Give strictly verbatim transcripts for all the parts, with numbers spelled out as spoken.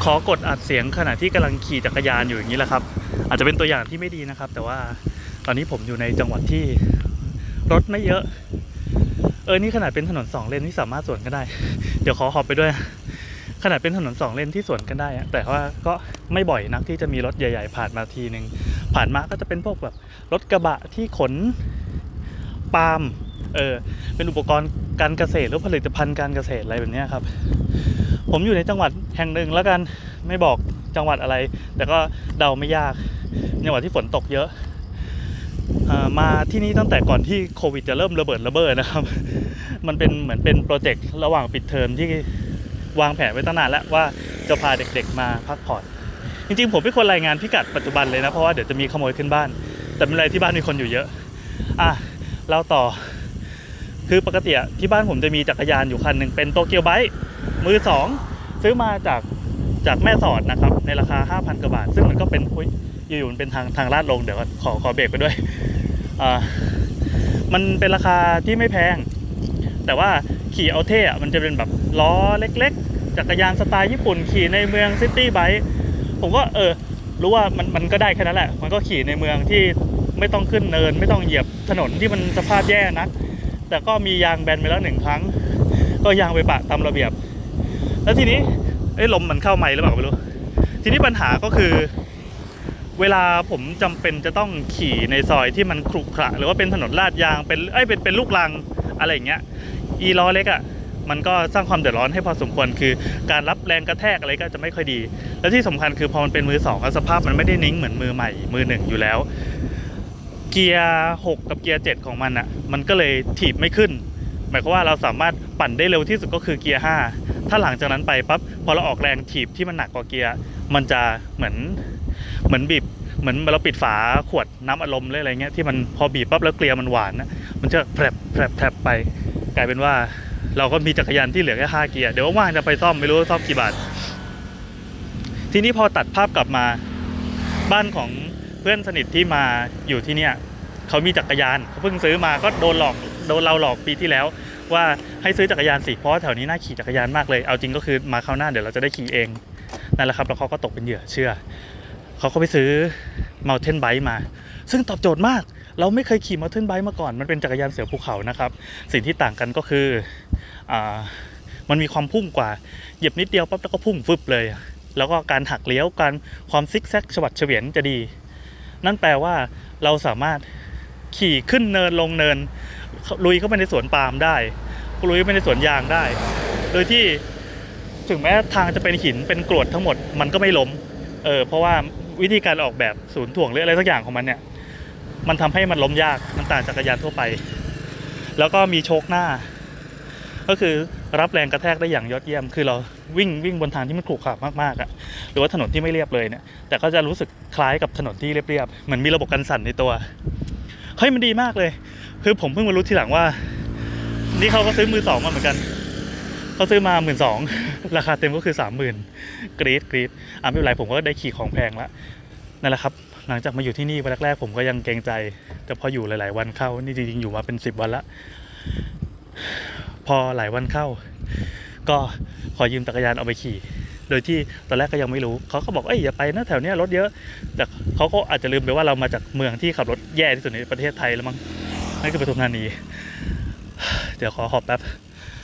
ขอกดอัดเสียงขณะที่กำลังขี่จักรยานอยู่อย่างนี้แหละครับอาจจะเป็นตัวอย่างที่ไม่ดีนะครับแต่ว่าตอนนี้ผมอยู่ในจังหวัดที่รถไม่เยอะเออนี่ขนาดเป็นถนนสองเลนที่สามารถสวนกันได้เดี๋ยวขอหอบไปด้วยขนาดเป็นถนนสองเลนที่สวนกันได้แต่ว่าก็ไม่บ่อยนักที่จะมีรถใหญ่ๆผ่านมาทีนึงผ่านมาก็จะเป็นพวกแบบรถกระบะที่ขนปาล์มเออเป็นอุปกรณ์การเกษตรหรือผลิตภัณฑ์การเกษตรอะไรแบบนี้ครับผมอยู่ในจังหวัดแห่งหนึ่งแล้วกันไม่บอกจังหวัดอะไรแต่ก็เดาไม่ยากจังหวัดที่ฝนตกเยอะมาที่นี่ตั้งแต่ก่อนที่โควิดจะเริ่มระเบิดระเบ้อนะครับมันเป็นเหมือนเป็นโปรเจกต์ระหว่างปิดเทอมที่วางแผนไว้ตั้งนานแล้วว่าจะพาเด็กๆมาพักผ่อนจริงๆผมเป็นคนรายงานพิกัดปัจจุบันเลยนะเพราะว่าเดี๋ยวจะมีขโมยขึ้นบ้านแต่ไม่เป็นไรที่บ้านมีคนอยู่เยอะอ่ะเล่าต่อคือปกติที่บ้านผมจะมีจักรยานอยู่คันหนึ่งเป็นโตเกียวไบค์มือสองซื้อมาจากจากแม่สอดนะครับในราคา ห้าพัน กว่าบาทซึ่งมันก็เป็นอยู่ๆมันเป็นทางทางลาดลงเดี๋ยวขอขอเบรกไปด้วยอ่ามันเป็นราคาที่ไม่แพงแต่ว่าขี่เอาเท่อะมันจะเป็นแบบล้อเล็กๆจักรยานสไตล์ญี่ปุ่นขี่ในเมืองซิตี้ไบค์ผมก็เออรู้ว่ามันมันก็ได้แค่นั้นแหละมันก็ขี่ในเมืองที่ไม่ต้องขึ้นเนินไม่ต้องเหยียบถนนที่มันสภาพแย่นักแต่ก็มียางแบนไปแล้วหนึ่งครั้งก็ยางไปปะตามระเบียบแล้วทีนี้ไอ้ลมมันเข้าไมค์หรือเปล่าไม่รู้ทีนี้ปัญหาก็คือเวลาผมจำเป็นจะต้องขี่ในซอยที่มันขรุขระหรือว่าเป็นถนนลาดยางเป็นไอ้เป็นเป็นลูกรังอะไรอย่างเงี้ยอีล้อเล็กอ่ะมันก็สร้างความเดือดร้อนให้พอสมควรคือการรับแรงกระแทกอะไรก็จะไม่ค่อยดีและที่สำคัญคือพอมันเป็นมือสองสภาพมันไม่ได้นิ่งเหมือนมือใหม่มือหนึ่งอยู่แล้วเกียร์หกกับเกียร์เจ็ดของมันอ่ะมันก็เลยถีบไม่ขึ้นหมายความว่าเราสามารถปั่นได้เร็วที่สุดก็คือเกียร์ห้าถ้าหลังจากนั้นไปปั๊บพอเราออกแรงถีบที่มันหนักกว่าเกียร์มันจะเหมือนเหมือนบีบเหมือนเราปิดฝาขวดน้ำอัดลมเลยอะไรเงี้ยที่มันพอบีบปั๊บแล้วเกลียมันหวานนะมันจะแผลบแผลบแผลบไปกลายเป็นว่าเราก็มีจักรยานที่เหลือแค่ห้าเกียร์เดี๋ยวว่างจะไปซ่อมไม่รู้ซ่อมกี่บาททีนี้พอตัดภาพกลับมาบ้านของเพื่อนสนิทที่มาอยู่ที่เนี่ยเขามีจักรยานเขาเพิ่งซื้อมาก็โดนหลอกโดนเราหลอกปีที่แล้วว่าให้ซื้อจักรยานสิเพราะแถวนี้น่าขี่จักรยานมากเลยเอาจริงก็คือมาคราวหน้าเดี๋ยวเราจะได้ขี่เองนั่นแหละครับแล้วเขาก็ตกเป็นเหยื่อเชื่อเขาก็ไปซื้อ mountain bike มาซึ่งตอบโจทย์มากเราไม่เคยขี่ mountain bike มาก่อนมันเป็นจักรยานเสือภูเขานะครับสิ่งที่ต่างกันก็คืออ่ามันมีความพุ่งกว่าเหยียบนิดเดียวปั๊บแล้วก็พุ่งฟึบเลยแล้วก็การหักเลี้ยวการความซิกแซกฉวัดเฉวียนจะดีนั่นแปลว่าเราสามารถขี่ขึ้นเนินลงเนินลุยเข้าไปในสวนปาล์มได้ลุยเข้าไปในสวนยางได้โดยที่ถึงแม้ทางจะเป็นหินเป็นกรวดทั้งหมดมันก็ไม่ล้มเออเพราะว่าวิธีการออกแบบศูนย์ถ่วงหรืออะไรสักอย่างของมันเนี่ยมันทำให้มันล้มยากมันต่างจากจักรยานทั่วไปแล้วก็มีโชคหน้าก็คือรับแรงกระแทกได้อย่างยอดเยี่ยมคือเราวิ่งวิ่งบนทางที่มันขรุขระมากๆอ่ะหรือว่าถนนที่ไม่เรียบเลยเนี่ยแต่ก็จะรู้สึกคล้ายกับถนนที่เรียบๆเหมือนมีระบบกันสั่นในตัวเฮ้ยมันดีมากเลยคือผมเพิ่งมารู้ทีหลังว่านี่เขาก็ซื้อมือสองมาเหมือนกันเขาซื้อมาหมื่นสองราคาเต็มก็คือสามหมื่นกรี๊ดกรี๊ดอ่ะไม่เป็นไรผมก็ได้ขี่ของแพงแล้วนั่นแหละครับหลังจากมาอยู่ที่นี่วันแรกๆผมก็ยังเกรงใจแต่พออยู่หลายๆวันเข้านี่จริงๆอยู่มาเป็นสิบวันละพอหลายวันเข้าก็ขอยืมจักรยานเอาไปขี่โดยที่ตอนแรกก็ยังไม่รู้เขาก็บอกเอ้ยอย่าไปนะแถวเนี้ยรถเยอะแต่เขาก็อาจจะลืมไปว่าเรามาจากเมืองที่ขับรถแย่ที่สุดในประเทศไทยแล้วมั้งนั่นคือปทุมธานีเดี๋ยวขอหอบแป๊บ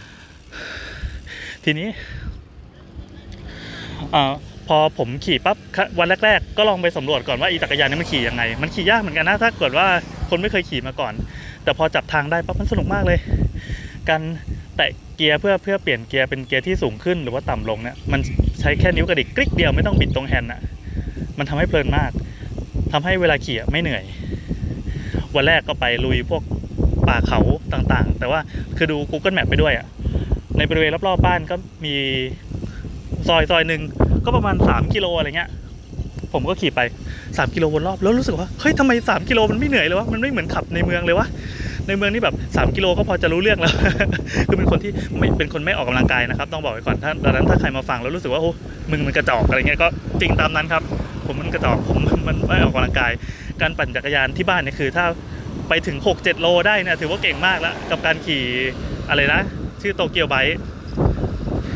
ทีนี้อ่าพอผมขี่ปั๊บวันแรกๆก็ลองไปสำรวจก่อนว่าอีจักรยานนี้มันขี่ยังไงมันขี่ยากเหมือนกันนะถ้าเกิดว่าคนไม่เคยขี่มาก่อนแต่พอจับทางได้ปั๊บมันสนุกมากเลยการแตะเกียร์เพื่อเพื่อเปลี่ยนเกียร์เป็นเกียร์ที่สูงขึ้นหรือว่าต่ำลงเนี่ยมันใช้แค่นิ้วกระดิกกริ๊กเดียวไม่ต้องบิดตรงแฮนด์อ่ะมันทำให้เพลินมากทำให้เวลาขี่ไม่เหนื่อยวันแรกก็ไปลุยพวกป่าเขาต่างๆแต่ว่าคือดู Google Map ไปด้วยอ่ะในบริเวณรอบๆบ้านก็มีซอยซอยหนึ่งก็ประมาณสามกิโลอะไรเงี้ยผมก็ขี่ไปสามกิโลวนรอบแล้วรู้สึกว่าเฮ้ยทำไมสามกิโลมันไม่เหนื่อยเลยวะมันไม่เหมือนขับในเมืองเลยวะในเมืองนี่แบบสามกิโลก็พอจะรู้เรื่องแล้ว คือเป็นคนที่ไม่เป็นคนไม่ออกกำลังกายนะครับต้องบอกไว้ก่อนถ้าดังนั้นถ้าใครมาฟังแล้วรู้สึกว่าโอ้มึงมันกระจอกอะไรเงี้ยก็จริงตามนั้นครับผมมันกระจอกผมมันไม่ออกกำลังกายการปั่นจักรยานที่บ้านเนี่ยคือถ้าไปถึง หกเจ็ด โลได้เนี่ยถือว่าเก่งมากแล้วกับการขี่อะไรนะชื่อโตเกียวไบค์ท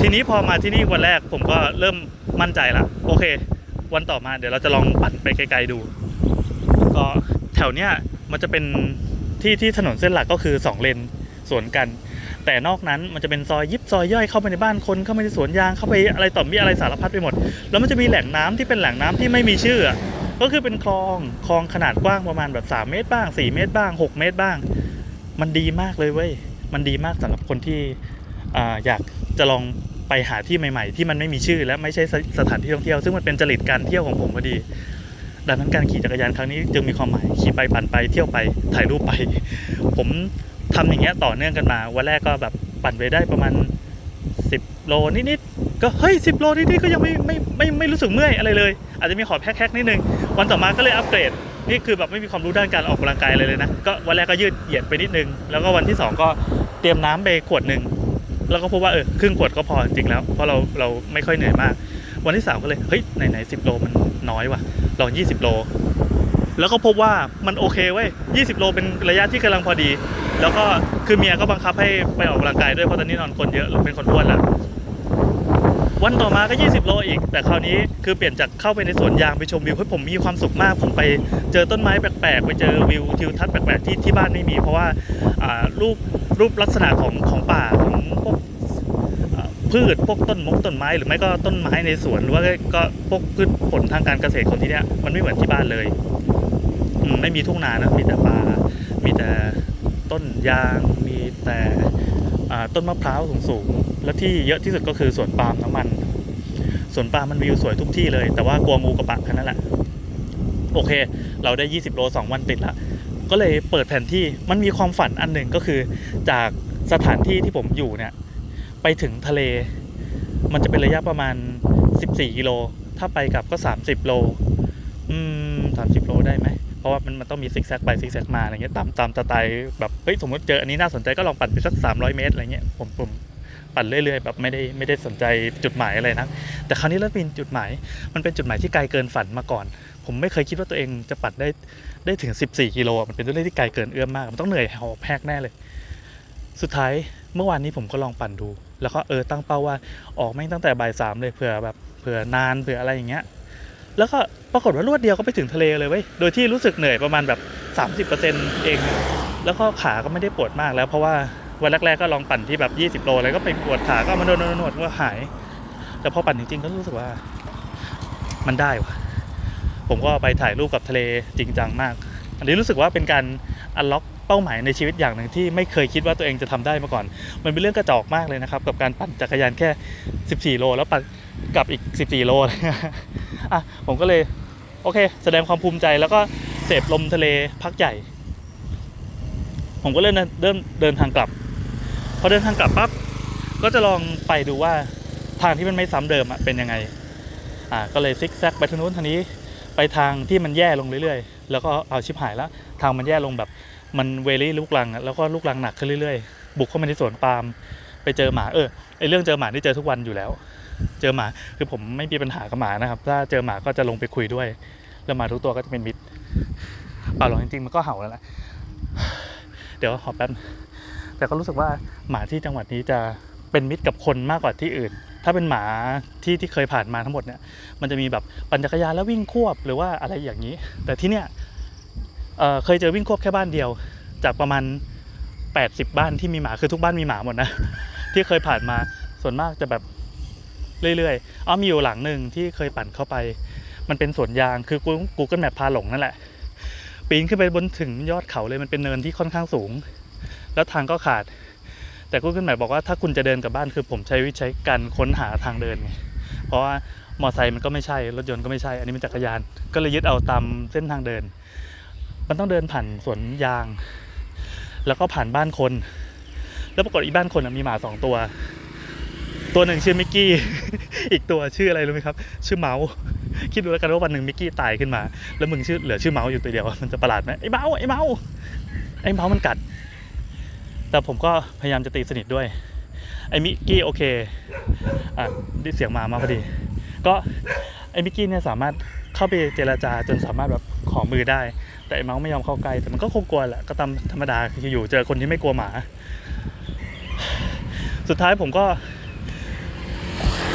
ทีนี้พอมาที่นี่วันแรกผมก็เริ่มมั่นใจละโอเควันต่อมาเดี๋ยวเราจะลองปั่นไปไกลๆดูก็แถวเนี้ยมันจะเป็นที่ที่ถนนเส้นหลักก็คือสองเลนสวนกันแต่นอกนั้นมันจะเป็นซอยยิบซอยย่อยเข้าไปในบ้านคนเข้าไปในสวนยางเข้าไปอะไรต่อมีอะไรสารพัดไปหมดแล้วมันจะมีแหล่งน้ำที่เป็นแหล่งน้ำที่ไม่มีชื่อก็คือเป็นคลองคลองขนาดกว้างประมาณแบบสามเมตรบ้างสี่เมตรบ้างหกเมตรบ้างมันดีมากเลยเว้ยมันดีมากสำหรับคนที่อ่าอยากจะลองไปหาที่ใหม่ๆที่มันไม่มีชื่อและไม่ใช่สถานที่ท่องเที่ยวซึ่งมันเป็นจริตการเที่ยวของผมพอดีดังนั้นการขี่จักรยานครั้งนี้จึงมีความหมายขี่ไปปั่นไปเที่ยวไปถ่ายรูปไปผมทำอย่างเงี้ยต่อเนื่องกันมาวันแรกก็แบบปั่นไปได้ประมาณสิบโลนิดๆก็เฮ้ยสิบโลนิดๆก็ยังไม่ไม่ไม่ไม่รู้สึกเมื่อยอะไรเลยอาจจะมีขอแพ็คๆนิดนึงวันต่อมาก็เลยอัปเกรดนี่คือแบบไม่มีความรู้ด้านการออกกำลังกายเลยเลยนะก็วันแรกก็ยืดเหยียดไปนิดนึงแล้วก็วันที่สองก็เตรียมน้ำไปขวดนึงแล้วก็พบว่าเออครึ่งขวดก็พอจริงแล้วเพราะเราเราไม่ค่อยเหนื่อยมากวันที่สามก็เลยเฮ้ยไหนๆสิบโลมันน้อยว่ะลองยี่สิบโลแล้วก็พบว่ามันโอเคเว้ยยี่สิบโลเป็นระยะที่กำลังพอดีแล้วก็คือเมียก็บังคับให้ไปออกกำลังกายด้วยเพราะตอนนี้นอนคนเยอะเป็นคนอ้วนแล้ววันต่อมาก็ยี่สิบโลอีกแต่คราวนี้คือเปลี่ยนจากเข้าไปในสวนยางไปชมวิวให้ผมมีความสุขมากผมไปเจอต้นไม้แปลกๆไปเจอวิวทิวทัศน์แปลกๆที่ที่บ้านไม่มีเพราะว่ารูปรูปลักษณะของของป่าของพวกพืชพวกต้นมงต้นไม้หรือไม่ก็ต้นไม้ในสวนหรือว่าก็พวกพืชผลทางการเกษตรของที่เนี้ยมันไม่เหมือนที่บ้านเลยไม่มีทุ่งนานะมีแต่ป่ามีแต่ต้นยางมีแต่ต้นมะพร้าวสูงๆและที่เยอะที่สุดก็คือสวนปาล์มน้ำมันสวนปาล์มมันวิวสวยทุกที่เลยแต่ว่ากลัวงูกระปะแค่นั้นแหละโอเคเราได้ยี่สิบโลสองวันติดละก็เลยเปิดแผนที่มันมีความฝันอันหนึ่งก็คือจากสถานที่ที่ผมอยู่เนี่ยไปถึงทะเลมันจะเป็นระยะประมาณสิบสี่กิโลถ้าไปกลับก็สามสิบโลอืมสามสิบโลได้ไหมเพราะว่ามันมันต้องมีซิกแซกไปซิกแซกมาอะไรเงี้ยตามตามสไตล์แบบเฮ้ยสมมติเจออันนี้น่าสนใจก็ลองปั่นไปสักสามร้อยเมตรอะไรเงี้ยผมผมปั่นเรื่อยๆแบบไม่ได้ไม่ได้สนใจจุดหมายอะไรนะแต่คราวนี้เราเป็นจุดหมายมันเป็นจุดหมายที่ไกลเกินฝันมาก่อนผมไม่เคยคิดว่าตัวเองจะปั่นได้ได้ถึงสิบสี่กิโลมันเป็นตัวเลขที่ไกลเกินเอื้อมมากมันต้องเหนื่อยหอบแพกแน่เลยสุดท้ายเมื่อวานนี้ผมก็ลองปั่นดูแล้วก็เออตั้งเป้าว่าออกแม่งตั้งแต่บ่ายสามเลยเผื่อแบบเผื่อนานเผื่ออะไรอย่างเงี้ยแล้วก็ปรากฏว่ารวดเดียวก็ไปถึงทะเลเลยเว้ยโดยที่รู้สึกเหนื่อยประมาณแบบ สามสิบเปอร์เซ็นต์ เองแล้วก็ขาก็ไม่ได้ปวดมากแล้วเพราะว่าวันแรกๆก็ลองปั่นที่แบบยี่สิบโลแล้วก็ไปปวดขาก็มาโดนนวดก็หายแต่พอปั่นจริงๆก็รู้สึกว่ามันได้ว่ะผมก็ไปถ่ายรูปกับทะเลจริงจังมากอันนี้รู้สึกว่าเป็นการอันล็อกเป้าหมายในชีวิตอย่างหนึ่งที่ไม่เคยคิดว่าตัวเองจะทำได้มาก่อนมันเป็นเรื่องกระจอกมากเลยนะครับกับการปั่นจักรยานแค่สิบสี่โลแล้วปั่นกลับอีกสิบสี่โลอ่ะผมก็เลยโอเคแสดงความภูมิใจแล้วก็เสพลมทะเลพักใหญ่ผมก็เริ่มเริ่มเดินทางกลับพอเดินทางกลับปั๊บก็จะลองไปดูว่าทางที่มันไม่ซ้ำเดิมอ่ะเป็นยังไงอ่าก็เลยซิกแซกไปทางนู้นทางนี้ไปทางที่มันแย่ลงเรื่อยๆแล้วก็เอาชิบหายแล้วทางมันแย่ลงแบบมันเวลี่ลูกลังแล้วก็ลูกลังหนักขึ้นเรื่อยๆบุกเข้ามาในสวนปาล์มไปเจอหมาเออไอเรื่องเจอหมานี่เจอทุกวันอยู่แล้วเจอหมาคือผมไม่มีปัญหากับหมานะครับถ้าเจอหมาก็จะลงไปคุยด้วยแล้วหมาทุกตัวก็จะเป็นมิตรเปล่าหรอกจริงๆมันก็เห่าแล้วแหละเดี๋ยวขอแป๊บแต่ก็รู้สึกว่าหมาที่จังหวัดนี้จะเป็นมิตรกับคนมากกว่าที่อื่นถ้าเป็นหมาที่ที่เคยผ่านมาทั้งหมดเนี่ยมันจะมีแบบปั่นจักรยานแล้ววิ่งควบหรือว่าอะไรอย่างนี้แต่ที่เนี่ยเอ่อเคยเจอวิ่งควบแค่บ้านเดียวจากประมาณแปดสิบบ้านที่มีหมาคือทุกบ้านมีหมาหมดนะที่เคยผ่านมาส่วนมากจะแบบเรื่อยๆอ๋อมีอยู่หลังหนึ่งที่เคยปั่นเข้าไปมันเป็นสวนยางคือ Google Map พาหลงนั่นแหละปีนขึ้นไปบนถึงยอดเขาเลยมันเป็นเนินที่ค่อนข้างสูงแล้วทางก็ขาดแต่Google Mapบอกว่าถ้าคุณจะเดินกลับบ้านคือผมใช้วิธีการค้นหาทางเดินไงเพราะว่ามอเตอร์ไซค์มันก็ไม่ใช่รถยนต์ก็ไม่ใช่อันนี้เป็นจักรยานก็เลยยึดเอาตามเส้นทางเดินมันต้องเดินผ่านสวนยางแล้วก็ผ่านบ้านคนแล้วปรากฏอีบ้านคนมีหมาสองตัวตัวหนึ่งชื่อมิกกี้ อีกตัวชื่ออะไรรู้ไหมครับชื่อเมาส์คิดดูแล้วกันว่าวันหนึ่งมิกกี้ตายขึ้นมาแล้วมึงชื่อเหลือชื่อเมาส์อยู่ตัวเดียวมันจะประหลาดไหมไอ้เมาส์ไอ้เมาส์ไอ้เมาส์มันกัดแต่ผมก็พยายามจะตีสนิทด้วยไอ้มิกกี้โอเคอ่ะได้เสียงมามาพอดีก็ไอ้มิกกี้เนี่ยสามารถเข้าไปเจรจาจนสามารถแบบขอมือได้แต่ไอ้เมาส์ไม่ยอมเข้าใกล้แต่มันก็คงกลัวแหละก็ตามธรรมดาอยู่เจอคนที่ไม่กลัวหมาสุดท้ายผมก็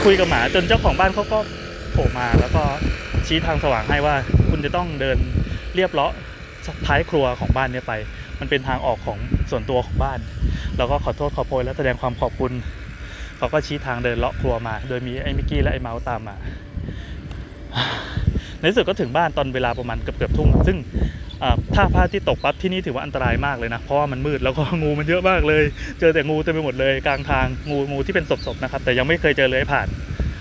คุยกับหมาจนเจ้าของบ้านเขาก็โผล่มาแล้วก็ชี้ทางสว่างให้ว่าคุณจะต้องเดินเรียบเลาะท้ายครัวของบ้านนี้ไปมันเป็นทางออกของส่วนตัวของบ้านแล้วก็ขอโทษขอโพยและแสดงความขอบคุณเขาก็ชี้ทางเดินเลาะครัวมาโดยมีไอ้มิกกี้และไอ้เมาส์ตามมาในที่สุดก็ถึงบ้านตอนเวลาประมาณเกือบเกือบทุ่งซึ่งถ้าพระอาทิตย์ตกปั๊บที่นี่ถือว่าอันตรายมากเลยนะเพราะว่ามันมืดแล้วก็งูมันเยอะมากเลยเจอแต่งูเต็มไปหมดเลยกลางทางงูงูที่เป็นศพๆนะครับแต่ยังไม่เคยเจอเลยผ่าน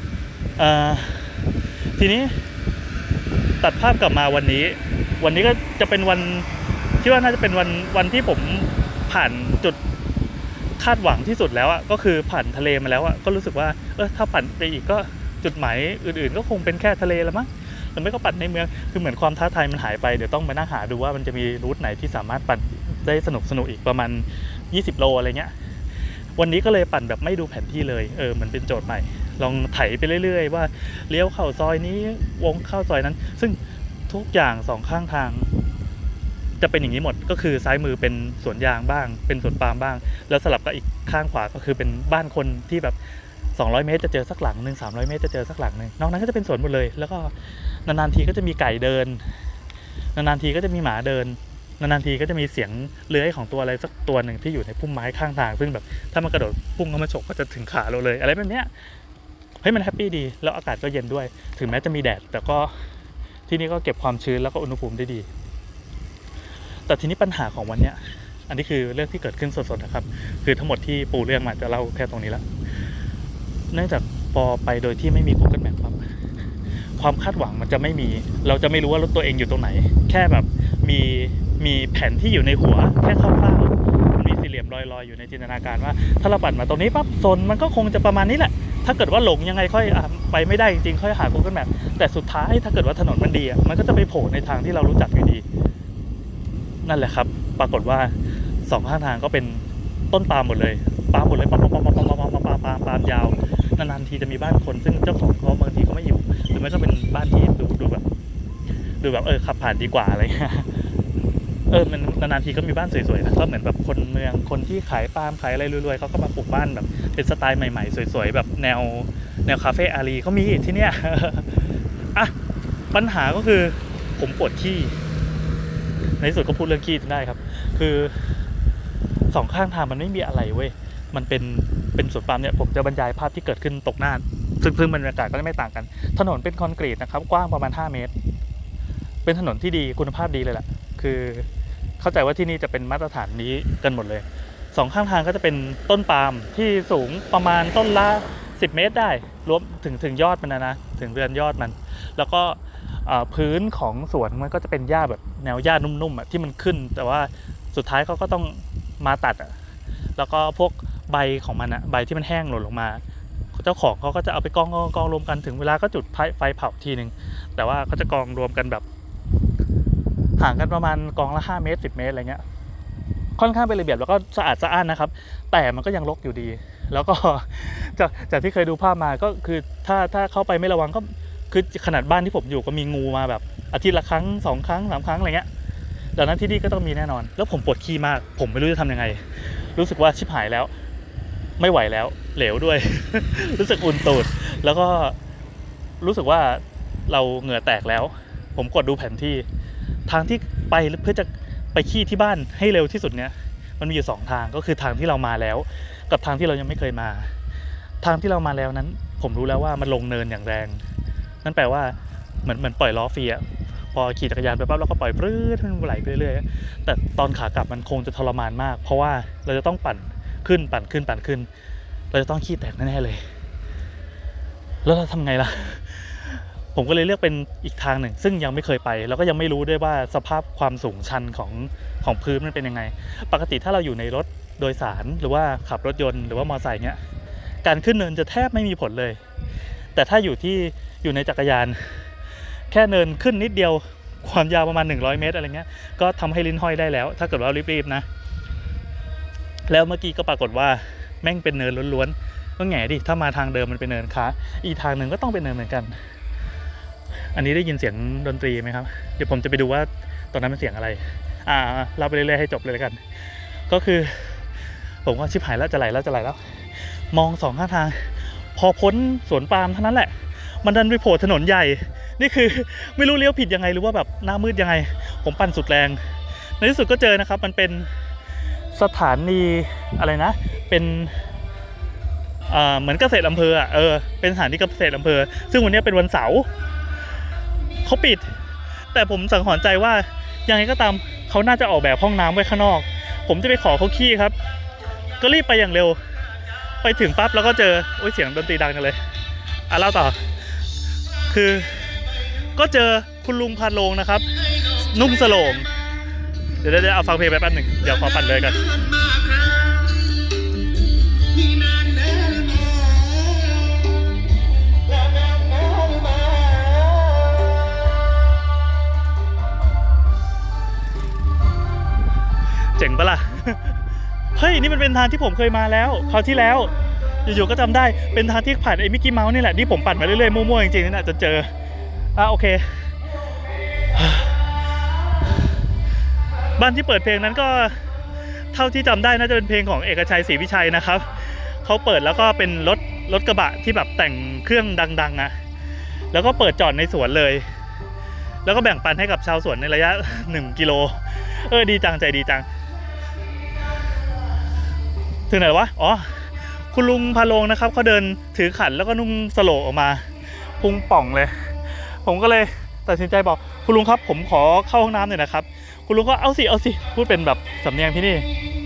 ทีนี้ตัดภาพกลับมาวันนี้วันนี้ก็จะเป็นวันคิดว่าน่าจะเป็นวันวันที่ผมผ่านจุดคาดหวังที่สุดแล้วอ่ะก็คือผ่านทะเลมาแล้วอ่ะก็รู้สึกว่าเออถ้าปั่นไปอีกก็จุดหมายอื่นๆก็คงเป็นแค่ทะเลแล้วมั้งหรือไม่ก็ปั่นในเมืองคือเหมือนความท้าทายมันหายไปเดี๋ยวต้องมานั่งหาดูว่ามันจะมีรูทไหนที่สามารถปั่นได้สนุกสนุกอีกประมาณยี่สิบโลอะไรเงี้ยวันนี้ก็เลยปั่นแบบไม่ดูแผนที่เลยเออมันเป็นโจทย์ใหม่ลองไถไปเรื่อยๆว่าเลี้ยวเข้าซอยนี้วงเข้าซอยนั้นซึ่งทุกอย่างสองข้างทางจะเป็นอย่างนี้หมดก็คือซ้ายมือเป็นสวนยางบ้างเป็นสวนปาล์มบ้างแล้วสลับกับอีกข้างขวาก็คือเป็นบ้านคนที่แบบสองร้อยเมตรจะเจอสักหลังนึงสามร้อยเมตรจะเจอสักหลังนึงนอกนั้นก็จะเป็นสวนหมดเลยแล้วก็นานๆทีก็จะมีไก่เดินนานๆทีก็จะมีหมาเดินนานๆทีก็จะมีเสียงเลื้อยของตัวอะไรสักตัวหนึ่งที่อยู่ในพุ่มไม้ข้างทางซึ่งแบบถ้ามันกระโดดพุ่งเข้ามาฉกก็จะถึงขาเราเลยอะไรแบบเนี้ยเฮ้ยมันแฮปปี้ดีแล้วอากาศก็เย็นด้วยถึงแม้จะมีแดดแต่ก็ที่นี่ก็เก็บความชื้นแล้วก็อุณหภูมิได้ดีแต่ทีนี้ปัญหาของวันเนี้ยอันนี้คือเรื่องที่เกิดขึ้นสดๆนะครับคือทั้งหมดที่ปูเรื่องมาจะเล่าแค่ตรงนี้แล้วเนื่องจากพอไปโดยที่ไม่มี Google Map ครับความคาดหวังมันจะไม่มีเราจะไม่รู้ว่ารถตัวเองอยู่ตรงไหนแค่แบบมีมีแผนที่อยู่ในหัวแค่คร่าวๆมันมีสี่เหลี่ยมลอยๆอยู่ในจินตนาการว่าถ้าเราปั่นมาตรงนี้ปั๊บโซนมันก็คงจะประมาณนี้แหละถ้าเกิดว่าหลงยังไงค่อยไปไม่ได้จริงๆค่อยหา Google Map แต่สุดท้ายถ้าเกิดว่าถนนมันดีอ่ะมันก็จะไปโผล่ในทางที่เรารู้จักอยู่ดีนั่นแหละครับปรากฏว่าสองข้างทางก็เป็นต้นปาล์มหมดเลยปาล์มหมดเลยปาล์มปาล์มปาล์มปาล์มปาล์มปาล์มปาล์มปาล์มยาวนานๆทีจะมีบ้านคนซึ่งเจ้าของเขาบางทีก็ไม่อยู่หรือไม่ก็เป็นบ้านที่ดูดูแบบดูแบบเออขับผ่านดีกว่าอะไรเงี้ยเออมันนานๆทีก็มีบ้านสวยๆนะก็เหมือนแบบคนเมืองคนที่ขายปาล์มขายอะไรรวยๆเขาก็มาปลูกบ้านแบบเป็นสไตล์ใหม่ๆสวยๆแบบแนวแนวคาเฟ่อารีเขามีที่เนี้ยอ่ะปัญหาก็คือผมปวดขี้ในที่สุดก็พูดเรื่องขี้ได้ครับคือสองข้างทางมันไม่มีอะไรเว้ยมันเป็นเป็นสวนปาล์มเนี่ยผมจะบรรยายภาพที่เกิดขึ้นตกหน้าซึ่งซึ่งบรรยากาศก็ไม่ต่างกันถนนเป็นคอนกรีตนะครับกว้างประมาณห้าเมตรเป็นถนนที่ดีคุณภาพดีเลยแหละคือเข้าใจว่าที่นี่จะเป็นมาตรฐานนี้กันหมดเลยสองข้างทางก็จะเป็นต้นปาล์มที่สูงประมาณต้นละสิบเมตรได้รวมถึงถึงยอดมันนะนะถึงเรือนยอดมันแล้วก็พื้นของสวนมันก็จะเป็นหญ้าแบบแนวหญ้านุ่มๆอ่ะที่มันขึ้นแต่ว่าสุดท้ายเขาก็ต้องมาตัดอ่ะแล้วก็พวกใบของมันอ่ะใบที่มันแห้งหล่นลงมาเจ้าของเขาก็จะเอาไปกองกองรวมกันถึงเวลาก็จุดไฟเผาทีนึงแต่ว่าเขาจะกองรวมกันแบบห่างกันประมาณกองละห้าเมตรสิบเมตรอะไรเงี้ยค่อนข้างเป็นระเบียบแล้วก็สะอาดสะอ้านนะครับแต่มันก็ยังรกอยู่ดีแล้วก็จากจากที่เคยดูภาพมาก็คือถ้าถ้าเข้าไปไม่ระวังก็คือขนาดบ้านที่ผมอยู่ก็มีงูมาแบบอาทิตย์ละครั้งสองครั้งสามครั้งอะไรเงี้ยดังนั้นที่นี่ก็ต้องมีแน่นอนแล้วผมปวดขี้มากผมไม่รู้จะทำยังไงรู้สึกว่าชิบหายแล้วไม่ไหวแล้วเหลวด้วย รู้สึกอุ่นตูดแล้วก็รู้สึกว่าเราเหงื่อแตกแล้วผมกดดูแผนที่ทางที่ไปเพื่อจะไปขี้ที่บ้านให้เร็วที่สุดเนี่ยมันมีอยู่สองทางก็คือทางที่เรามาแล้วกับทางที่เรายังไม่เคยมาทางที่เรามาแล้วนั้นผมรู้แล้วว่ามันลงเนินอย่างแรงนั่นแปลว่าเหมือนเหมือนปล่อยล้อฟรีอะพอขี่จักรยานไปปั๊บเราก็ปล่อยปลื้ดมันไหลไปเรื่อยๆแต่ตอนขากลับมันคงจะทรมานมากเพราะว่าเราจะต้องปั่นขึ้นปั่นขึ้นปั่นขึ้นเราจะต้องขี้แตกแน่ๆเลยแล้วเราทำไงล่ะผมก็เลยเลือกเป็นอีกทางหนึ่งซึ่งยังไม่เคยไปแล้วก็ยังไม่รู้ด้วยว่าสภาพความสูงชันของของพื้นมันเป็นยังไงปกติถ้าเราอยู่ในรถโดยสารหรือว่าขับรถยนต์หรือว่ามอเตอร์ไซค์เนี้ยการขึ้นเนินจะแทบไม่มีผลเลยแต่ถ้าอยู่ที่อยู่ในจักรยานแค่เนินขึ้นนิดเดียวความยาวประมาณหนึ่งร้อยเมตรอะไรเงี้ยก็ทำให้ลิ้นห้อยได้แล้วถ้าเกิดว่ารีบๆนะแล้วเมื่อกี้ก็ปรากฏว่าแม่งเป็นเนินล้วนๆก็แง่ดิถ้ามาทางเดิมมันเป็นเนินขาอีกทางหนึ่งก็ต้องเป็นเนินเหมือนกันอันนี้ได้ยินเสียงดนตรีไหมครับเดี๋ยวผมจะไปดูว่าตอนนั้นเป็นเสียงอะไรอ่าเล่าไปเรื่อยๆให้จบเลยกันก็คือผมว่าชิบหายแล้วจะไหลแล้วจะไหลแล้วมองสองข้างทางพอพ้นสวนปาล์มเท่านั้นแหละมันดันไปโผล่ถนนใหญ่นี่คือไม่รู้เลี้ยวผิดยังไงหรือว่าแบบหน้ามืดยังไงผมปั่นสุดแรงในที่สุดก็เจอนะครับมันเป็นสถานีอะไรนะเป็นอ่าเหมือนเกษตรอำเภออ่ะเออเป็นสถานีเกษตรอำเภอซึ่งวันนี้เป็นวันเสาร์เขาปิดแต่ผมสังหรณ์ใจว่ายังไงก็ตามเขาน่าจะออกแบบห้องน้ำไว้ข้างนอกผมจะไปขอเขาขี้ครับก็รีบไปอย่างเร็วไปถึงปั๊บแล้วก็เจอโอ้ยเสียงดนตรีดังกันเลยอ่ะเล่าต่อคือก็เจอคุณลุงพาโลงนะครับนุ่งสโลงเดี๋ยวเดี๋ยวเอาฟังเพลงไปแป๊บหนึ่งเดี๋ยวขอปั่นเลยกันเจ๋งปะล่ะ เฮ้ยนี่มันเป็นทางที่ผมเคยมาแล้วคราวที่แล้วอยู่ๆก็จำได้เป็นทางที่ผ่านไอ้มิกกี้เมาส์นี่แหละที่ผมปั่นมาเรื่อยๆมั่วๆจริงๆนั่นแหละจนเจออ่ะโอเคบ้านที่เปิดเพลงนั้นก็เท่าที่จำได้น่าจะเป็นเพลงของเอกชัยศรีวิชัยนะครับเขาเปิดแล้วก็เป็นรถรถกระบะที่แบบแต่งเครื่องดังๆนะแล้วก็เปิดจอดในสวนเลยแล้วก็แบ่งปันให้กับชาวสวนในระยะหนึ่งกิโลเออดีจังใจดีจังถึงไหนวะอ๋อคุณลุงพาโลงนะครับเขาเดินถือขันแล้วก็นุ่งสโลงออกมาพุงป่องเลยผมก็เลยตัดสินใจบอกคุณลุงครับผมขอเข้าห้องน้ำหน่อยนะครับคุณลุงก็เอาสิเอาสิพูดเป็นแบบสำเนียงที่นี่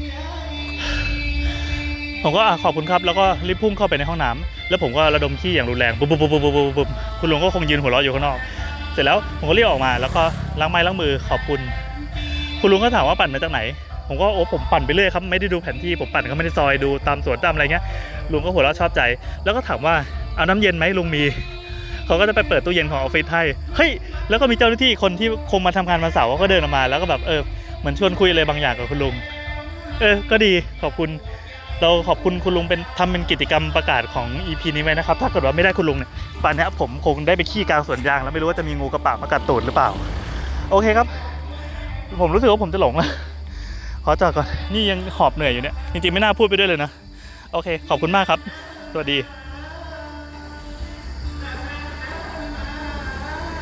ผมก็ขอบคุณครับแล้วก็รีบพุ่งเข้าไปในห้องน้ำแล้วผมก็ระดมขี้อย่างรุนแรงปุ๊บปุ๊บปุ๊บปุ๊บปุ๊บคุณลุงก็คงยืนหัวเราะอยู่ข้างนอกเสร็จแล้วผมก็เรียกออกมาแล้วก็ล้างไม้ล้างมือขอบคุณคุณลุงก็ถามว่าปั่นมาจากไหนผมก็โอ้ผมปั่นไปเรื่อยครับไม่ได้ดูแผนที่ผมปั่นก็ไม่ได้ซอยดูตามสวนตามอะไรเงี้ยลุงก็หัวเราะชอบใจแล้วก็ถามว่าเอาน้ำเย็นไหมลุงมีเขาก็จะไปเปิดตู้เย็นของออฟฟิศให้เฮ้ยแล้วก็มีเจ้าหน้าที่คนที่คงมาทำงานวันเสาร์ก็เดินออกมาแล้วก็แบบเออเหมือนชวนคุยอะไรบางอย่างกับคุณลุงเออก็ดีขอบคุณเราขอบคุณคุณลุงเป็นทำเป็นกิจกรรมประกาศของ อี พี นี้ไว้นะครับถ้าเกิดว่าไม่ได้คุณลุงเนี่ยป่านนี้ผมคงได้ไปขี้กลางสวนยางแล้วไม่รู้ว่าจะมีงูกระปะมากัดตูดหรือเปล่าโอเคครับผมรู้สึกว่าผมจะหลงแล้วขอจอดก่อนนี่ยังหอบเหนื่อยอยู่เนี่ยจริงๆไม่น่าพูดไปด้วยเลยนะโอเคขอบคุณมากครับสวัสดี